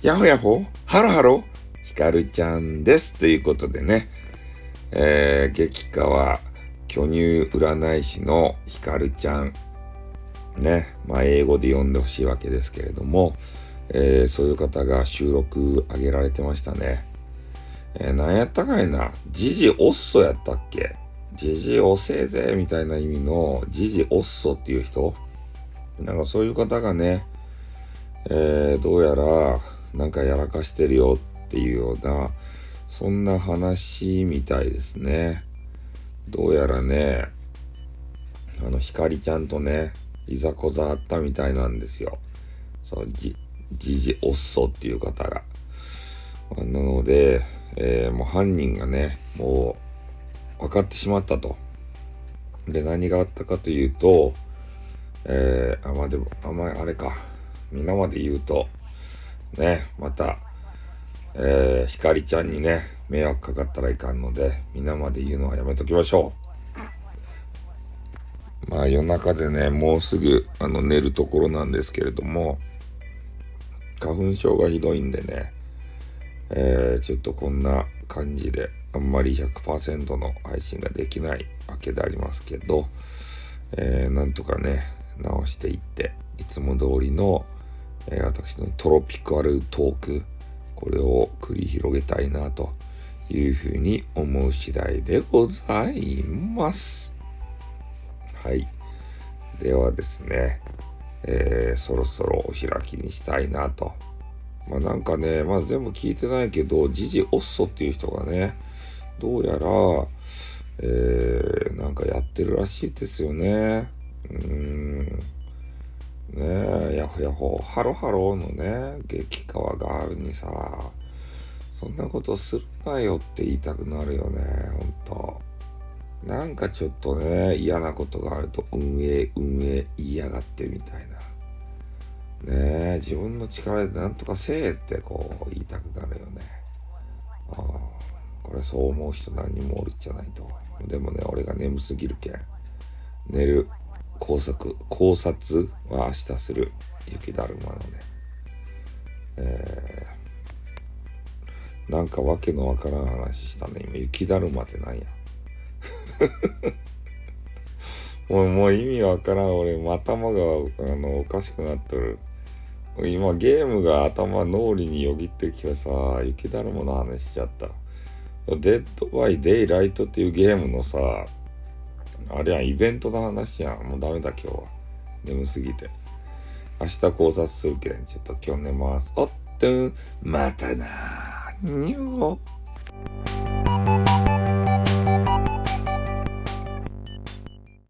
やほやほ、ハロハロ、ひかるちゃんです。ということでね、激川巨乳占い師のひかるちゃん。ね、英語で呼んでほしいわけですけれども、そういう方が収録上げられてましたね。なんやったかいな、ジジオッソやったっけ？ジジオせいぜみたいな意味のジジオッソっていう人？なんかそういう方がね、どうやらなんかやらかしてるよっていうような、そんな話みたいですね。どうやらね、ひかりちゃんとね、いざこざあったみたいなんですよ。そのジジオッソっていう方が。なので、もう犯人がね、もう分かってしまったと。で、何があったかというと、でも、あれか。皆まで言うと、ね、また、ひかりちゃんにね、迷惑かかったらいかんので、皆まで言うのはやめときましょう。夜中でね、もうすぐ、寝るところなんですけれども、花粉症がひどいんでね、ちょっとこんな感じで、あんまり 100% の配信ができないわけでありますけど、なんとかね、直していって、いつも通りの、私のトロピカルトーク、これを繰り広げたいなというふうに思う次第でございます。はい。ではですね、そろそろお開きにしたいなと。なんかね、まだ全部聞いてないけど、ジジオッソっていう人がね、どうやら、なんかやってるらしいですよね。ねえ、ヤホヤホ、ハロハロのね、激川ガールにさ、そんなことするなよって言いたくなるよね、ほんと。なんかちょっとね、嫌なことがあると運営言いやがってみたいな。ねえ、自分の力でなんとかせえってこう言いたくなるよね。これそう思う人何人もおるじゃないと。でもね、俺が眠すぎるけん。寝る考察は明日する。雪だるまのね。なんかわけのわからん話したね。今、雪だるまってなんや。もう意味わからん。俺、頭が、おかしくなっとる。今、ゲームが脳裏によぎってきてさ、雪だるまの話しちゃった。デッドバイデイライトっていうゲームのさ、あれはイベントの話やん。もうダメだ今日は。眠すぎて。明日考察するけん、ちょっと今日寝ます。おっと、またなー。にょー。